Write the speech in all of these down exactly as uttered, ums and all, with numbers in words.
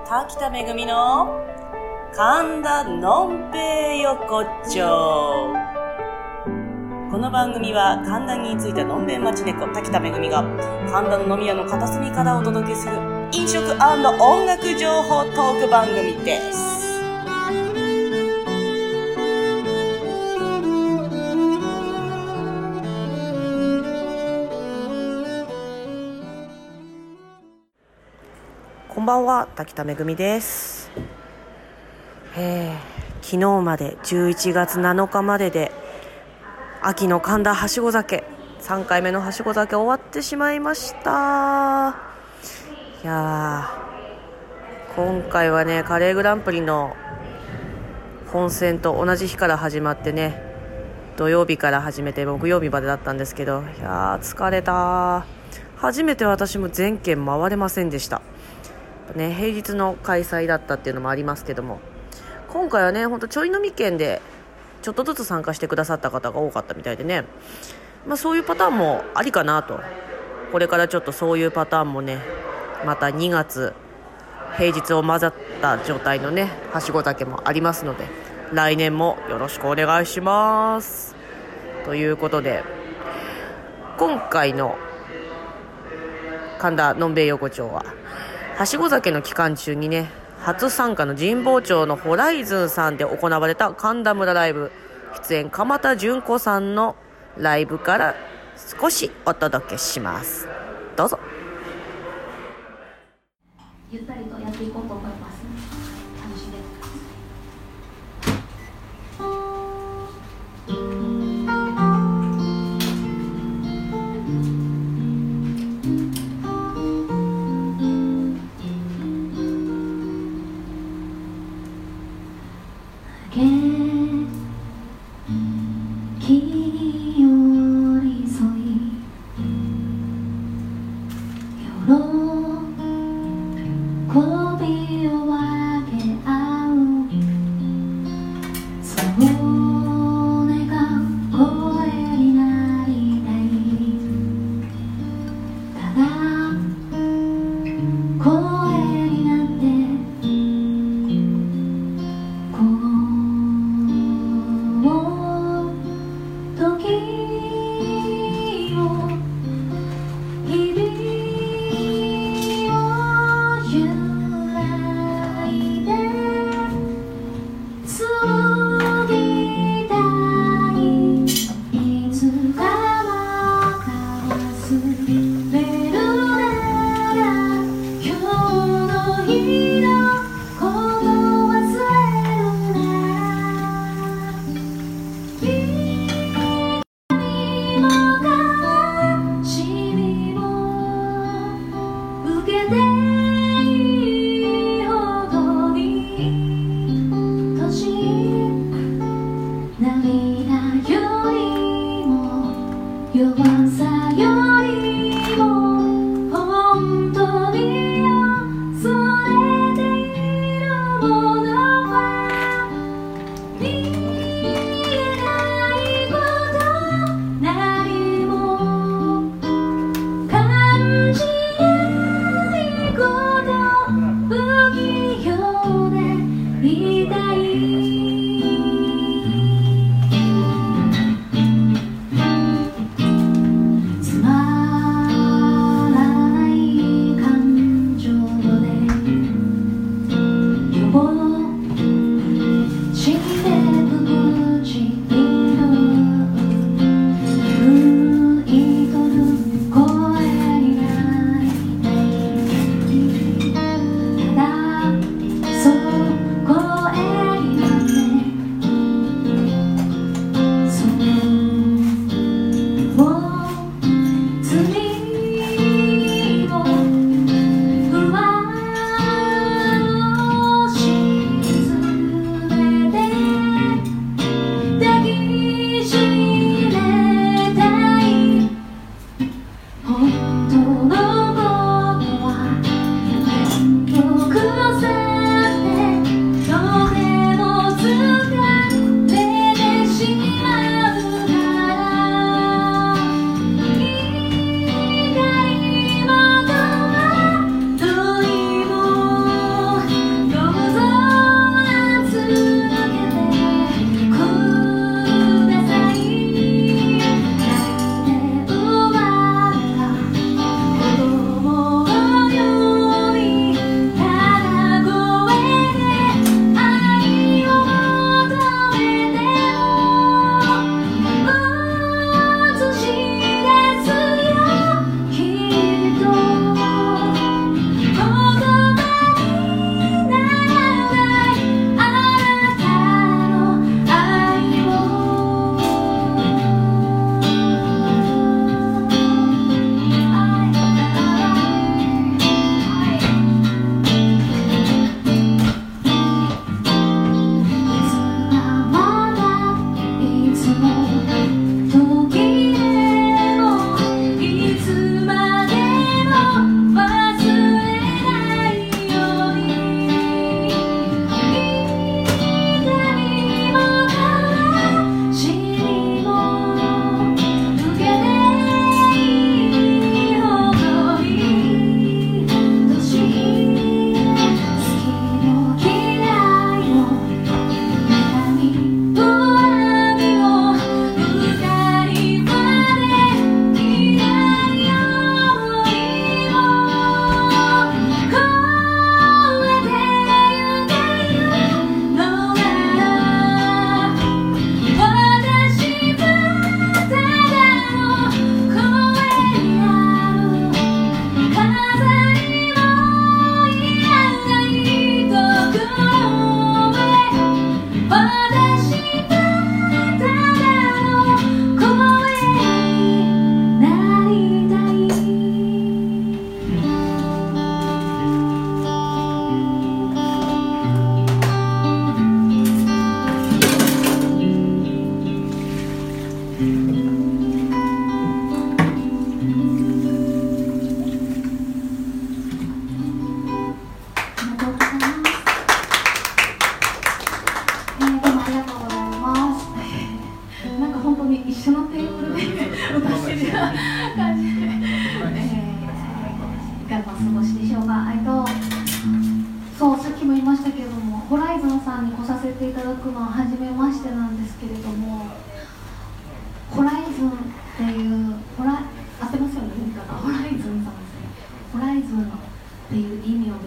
滝田めぐみの神田のんぺい横丁。この番組は神田についたのんべん町猫滝田めぐみが神田の飲み屋の片隅からお届けする飲食&音楽情報トーク番組です。こんばんは、滝田めぐみです。えー、昨日までじゅういちがつなのかまでで秋の神田はしご酒さんかいめのはしご酒終わってしまいました。いやー、今回はねカレーグランプリの本戦と同じ日から始まってね、土曜日から始めて木曜日までだったんですけど、いやー疲れた。初めて私も全県回れませんでした。ね、平日の開催だったっていうのもありますけども、今回はねほんとちょい飲み券でちょっとずつ参加してくださった方が多かったみたいでね、まあ、そういうパターンもありかなと。これからちょっとそういうパターンもねまたにがつ平日を混ざった状態のねはしご酒もありますので、来年もよろしくお願いしますということで、今回の神田のんべい横丁ははしご酒の期間中にね初参加の神保町のホライズンさんで行われた神田村ライブ、出演鎌田純子さんのライブから少しお届けします。どうぞ。 ゆったりとやっていこうと思います。楽しんでください。喜びを分け合う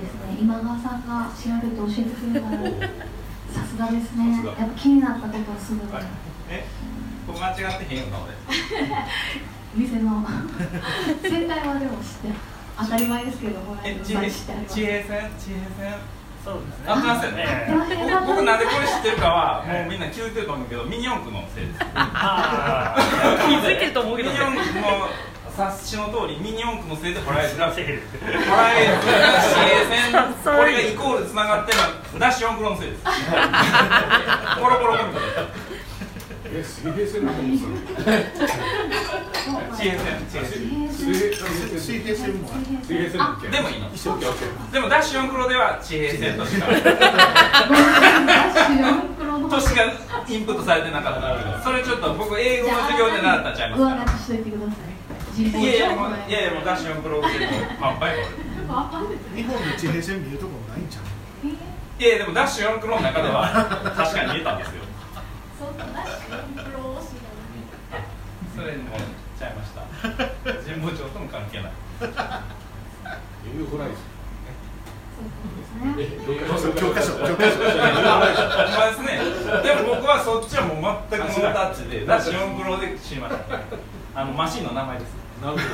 ですね、今川さんが調べて教えてくれたらさすがですね。やっぱ気になったことはすぐに、はい、 えこれ間違ってへんよな俺店の正解はでも知って当たり前ですけど、もらえるの知ってあります。 地平線地平線そうですね。 合ってますよね。僕, 僕なんでこれ知ってるかはもうみんな気づいてると思うけど、ミニ四駆のせいです。 あ気づいてると思うけど、 ミニ四駆の察しの通り、ミニ四駆のせいでホライズがホライズが地平線、これがイコールでつながってるのはダッシュ四駆のせいです。コロコロコロみたいな。 え、水平線なんかもする。 地平線、地平線。 水平線も水平線もでもいいの。 一緒にオッケー。 でもダッシュ四駆では地平線としかとしかインプットされてなかったけど、それちょっと僕英語の授業で習ったんちゃいますか。 上書きしといてください。 いやいやもういやいやもうダッシュ四駆でパンパンや日本の地平線見るところないんちゃう。 いやいやでもダッシュ四駆の中では確かに見えたんですよ。それもちゃいました。神保町とも関係ない。 ユーホライズ。 教科書、教科書。 ほんまですね。でも僕はそっちはもう全くノータッチでダッシュ四駆で知りました。あのマシンの名前です。 なるほど。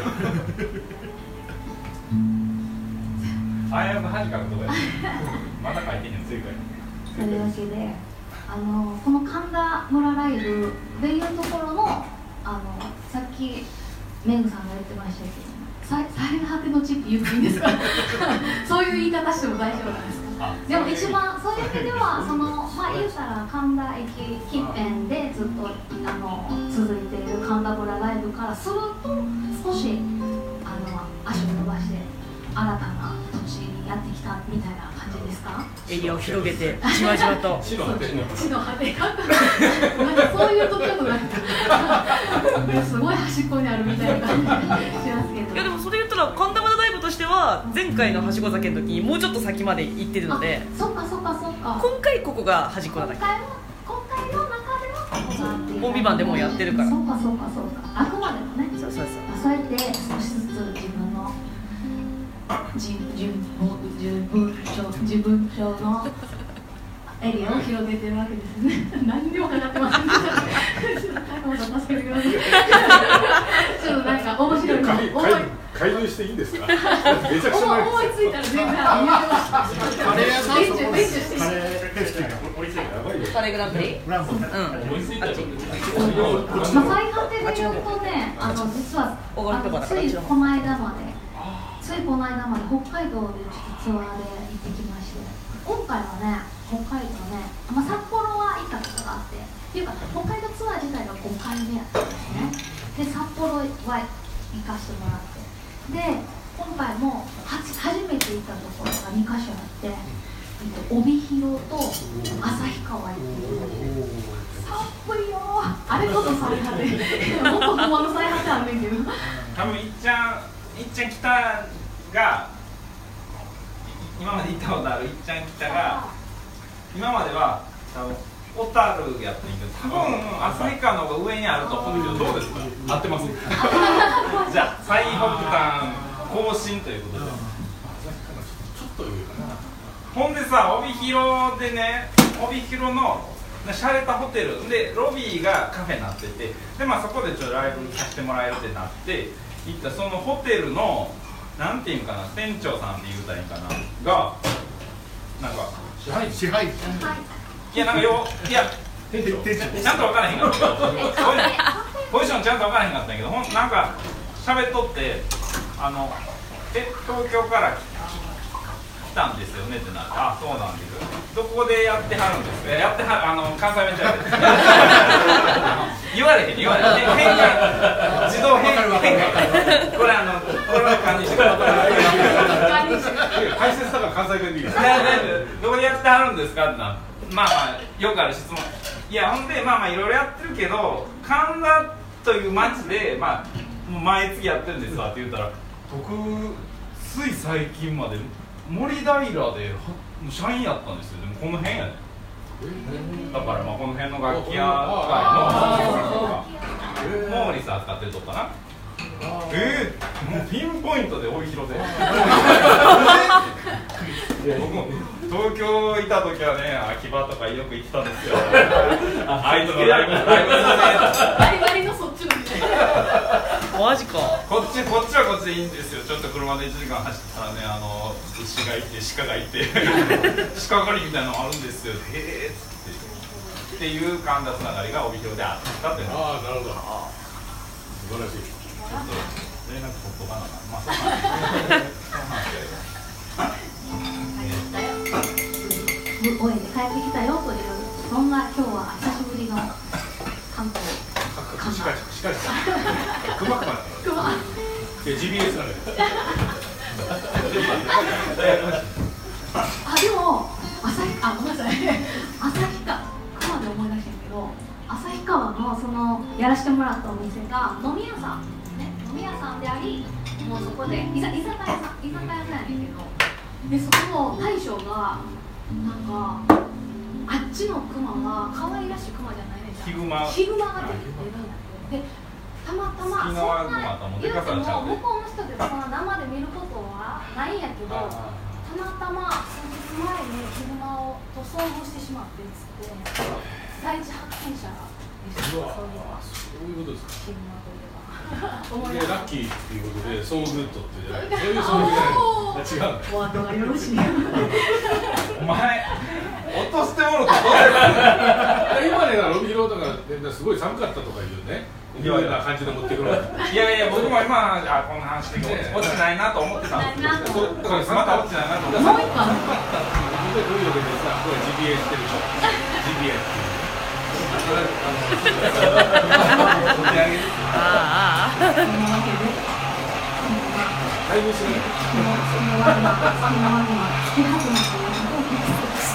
あやむ恥かくとこや。まだ書いてんねん正解。 というわけで、あのこの神田村ライブでいうところのあのさっきメグさんが言ってましたけど、最最果ての地って言っていいんですか？そういう言い方しても大丈夫なんですか？でも一番そういう意味ではそのまあ言うたら神田駅近辺でずっとあの続いている神田村ライブからすると少しあの足を伸ばして新たな土地にやってきたみたいな感じですか？ エリアを広げてじわじわと地の果て地の果てかなんかそういうとちょっとなんかすごい端っこにあるみたいな感じしますけど。 いやでもそれ言ったら神田村ライブとしては前回のはしご酒の時にもうちょっと先まで行ってるので、 そっかそっかそっか。 今回ここが端っこなだけ。 今回は今回の中ではここがあって、 コンビ版でもやってるから。 そうかそうかそうか。あくまでもね。 そうそうそう。 そうやって少しずつ自分の自自分自分上のエリアを広げてるわけですね。何にもかかってませんでした。高本さん助けてください。ちょっとなんか面白いの思い介入していいんですか？めちゃくちゃ思いついたら全然言えました。 カレー屋さん、 練習練習してカレーフェスティバル。 カレーグランプリ？ グランプリ。 うん。あっち。 まあ最果てで言うとね、あの実はあのついこの間まで、ついこの間まで北海道でツアーで行ってきまして、今回はね北海道ね、まあ札幌は行ったことがあって、っていうか北海道ツアー自体がごかいめやったんですね。で札幌は行かせてもらって、で今回もはち初めて行ったところがにかしょあって、帯広と旭川行って寒いよー。あれこそ最果て。もっとほんまの最果てあんねんけど。 多分いっちゃんいっちゃん北が今まで行ったことあるいっちゃん北が今までは多分小樽やってんけど、多分旭川の方が上にあると思うんだけど、どうですか？合ってます？じゃあ最北端更新ということで、 ちょっと上かな。 ほんでさ、帯広でね、帯広のしゃれたホテルでロビーがカフェになってて、でまあそこでちょっとライブさせてもらえるってなって行ったそのホテルのなんていうんかな、店長さんって言うたらいいんかながなんか支配支配いやなんかよいや店長ちゃんと分からへんかったけどポジションちゃんと分からへんかったんやけど、ほんなんか喋っとってあのえ東京から来たんですよねってなって、あそうなんですよ、どこでやってはるんですか、やってはあの関西弁じゃないです言われへん言われへん変換自動変換これあのこれを管理してください解説だから関西弁でいいですどこでやってはるんですかってな、まあまあよくある質問、いやほんでまあまあいろいろやってるけど神田という町でまあ毎月やってるんですわって言ったら、僕つい最近まで森平で社員やったんですよ。でもこの辺やね、だからまあこの辺の楽器屋街のモーリス扱ってるとこかな。えー、もうピンポイントで帯広で僕も東京いた時はね、秋葉とかよく行ってたんですよ。あいつのライブライブバリバリのそっちのみたいな。 マジか。 こっちこっちはこっちでいいんですよ。ちょっと車でいちじかん走ったらね、あの牛がいて鹿がいて鹿狩りみたいなのあるんですよ。へえっつってっていう神田つながりが帯広であったっていうの。 ああ、なるほど。素晴らしい。 ちょっと連絡取っとかな。まあそうなんですそうなんですけど。 終えて帰ってきたよという、そんな今日は久しぶりの観光。 しかし、しかし、くまくま。 くま。 ジービーエス なんで。 あ、でも、旭、あ、ごめんなさい。旭川、熊で思い出したけど、旭川のそのやらせてもらったお店が飲み屋さん、ね、飲み屋さんであり、もうそこで居酒屋さん、居酒屋さんやねんけど、でそこの大将がなんかあっちの熊が可愛らしい熊じゃないねんじゃん。 ヒグマ。 ヒグマが出てるんだって。で、たまたまそんな言うても向こうの人でそんな生で見ることはないんやけど、たまたま数日前にヒグマをと遭遇してしまってっつって、第一発見者がでした。 うわ、そういうことですか。 ヒグマといえば。 でラッキーっていうことで、ソーグッドってじゃない、そういうソーグじゃない、違う。 お後がよろしい。 お前落としてもろた。 今ね、帯広とかすごい寒かったとかいうね、ような感じで持ってくる。 いやいや、僕も今あこんな話で落ちないなと思ってたんですよ。だからまた落ちないなと思って。 もう一個ある。 でどういうわけでさ、これ ジービーエー してるでしょ。ジービーエー っていう。 ああ。 そんなわけで。 だいぶ知らない。 そのそのワグマ、そのワグマ、突き始めたのを聞きそうです。「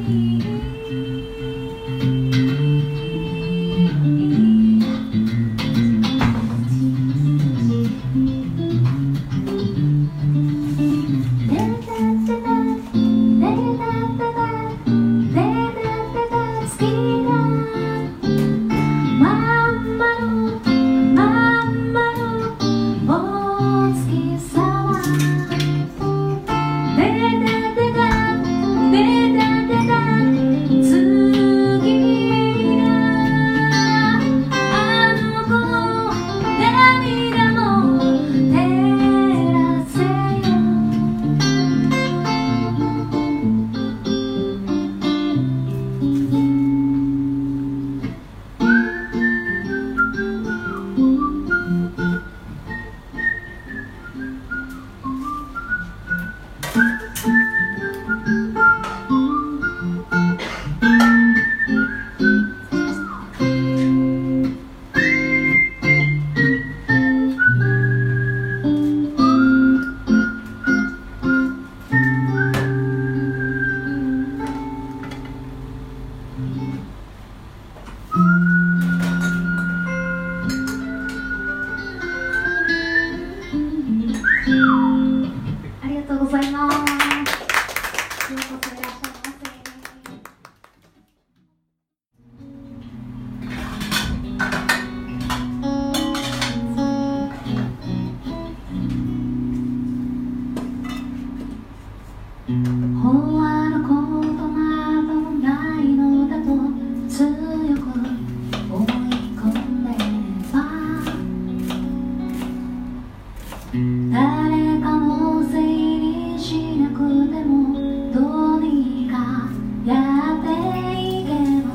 誰かのせいにしなくてもどうにかやっていけます。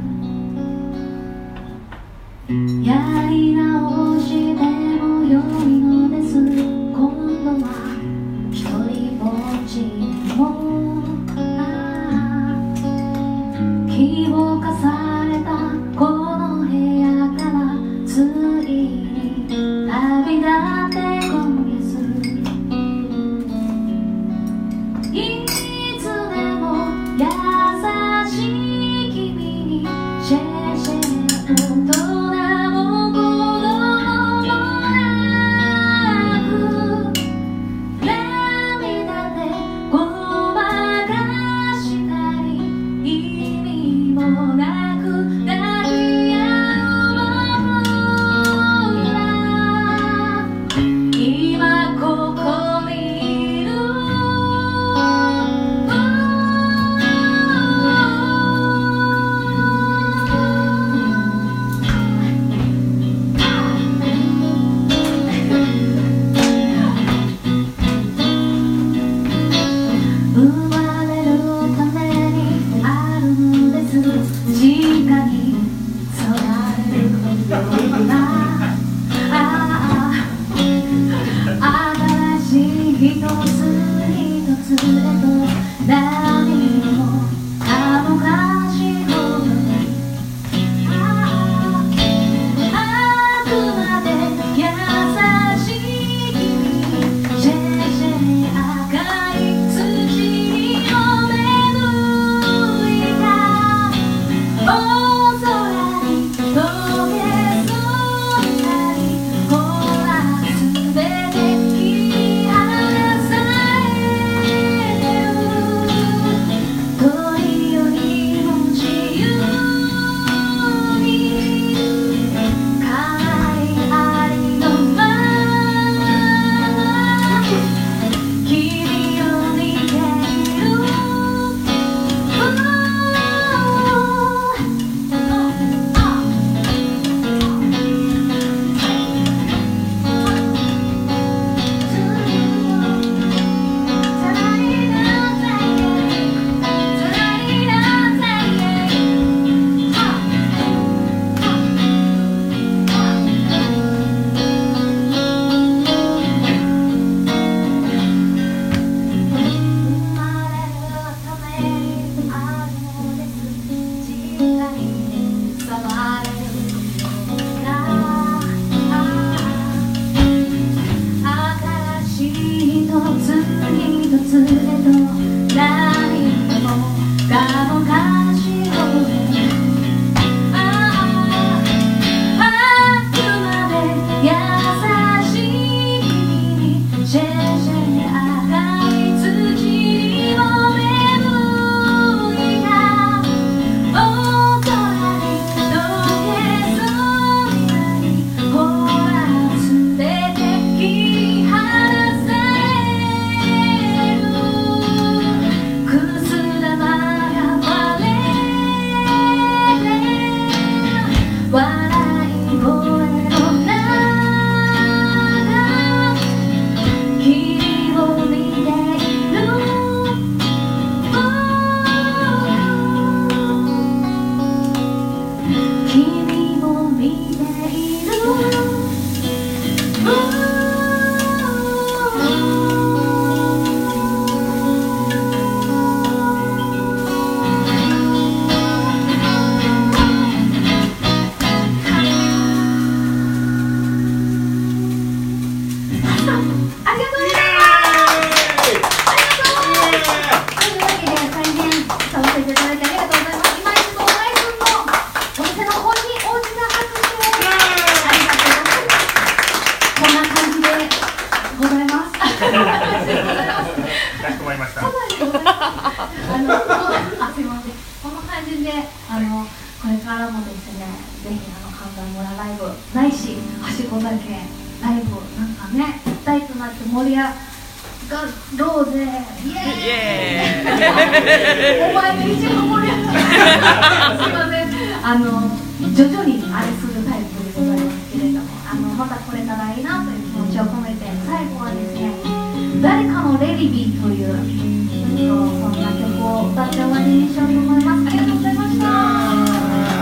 やり直しても良いのです。今度は一人ぼっちでもあのあすいません、この感じであのこれからもですね、ぜひあの神田村ライブないしはしご酒ライブなんかね一体となって盛り上がろうぜ、イエーイお前が一番盛り上がるすいません、あの徐々にあれするタイプでございますけれども、あのまたこれからいいなという気持ちを込めて、最後はですね、誰かのレディビーというそんな曲を歌って終わりにしようと思います。ありがとうございました。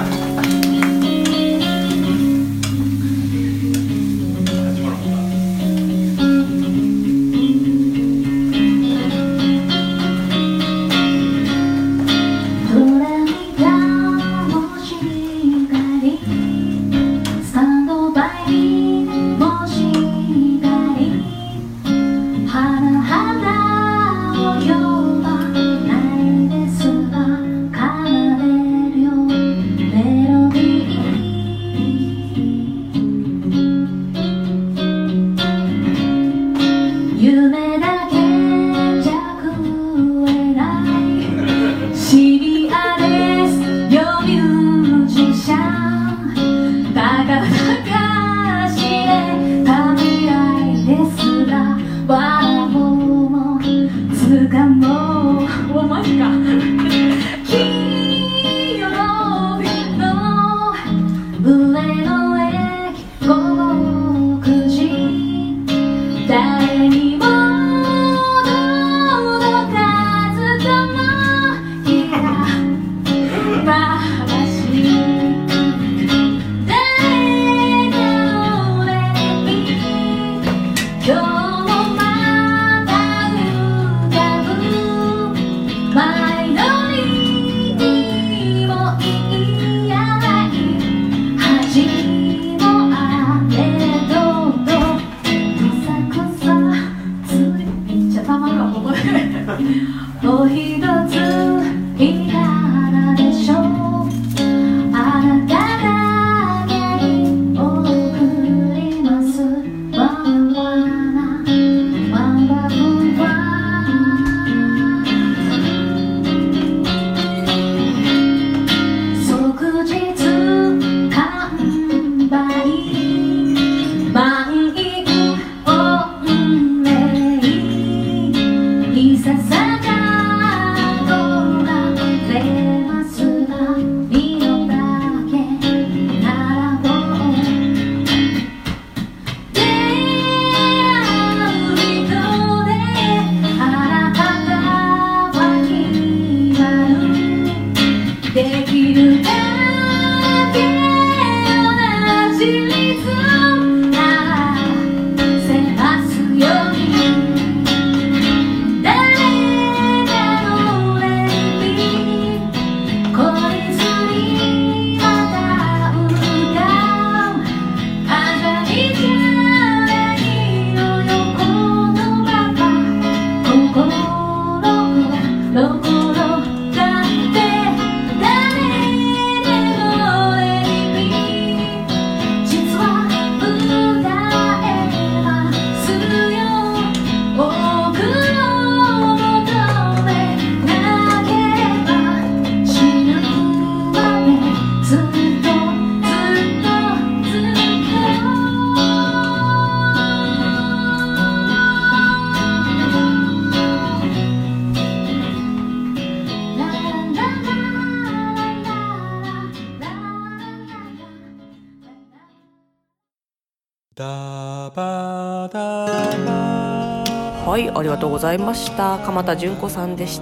はい、ありがとうございました。鎌田純子さんでした。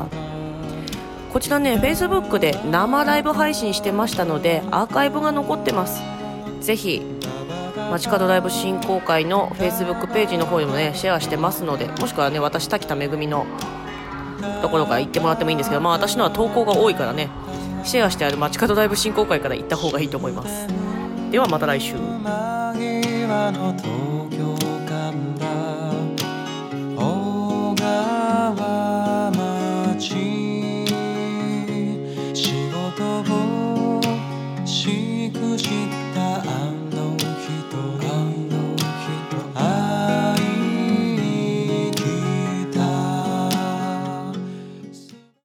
こちらね、Facebook で生ライブ配信してましたのでアーカイブが残ってます。ぜひ街角ライブ振興会の Facebook ページの方にもねシェアしてますので、もしくはね私滝田めぐみのところから行ってもらってもいいんですけど、まあ私のは投稿が多いからね、シェアしてある街角ライブ振興会から行った方がいいと思います。ではまた来週。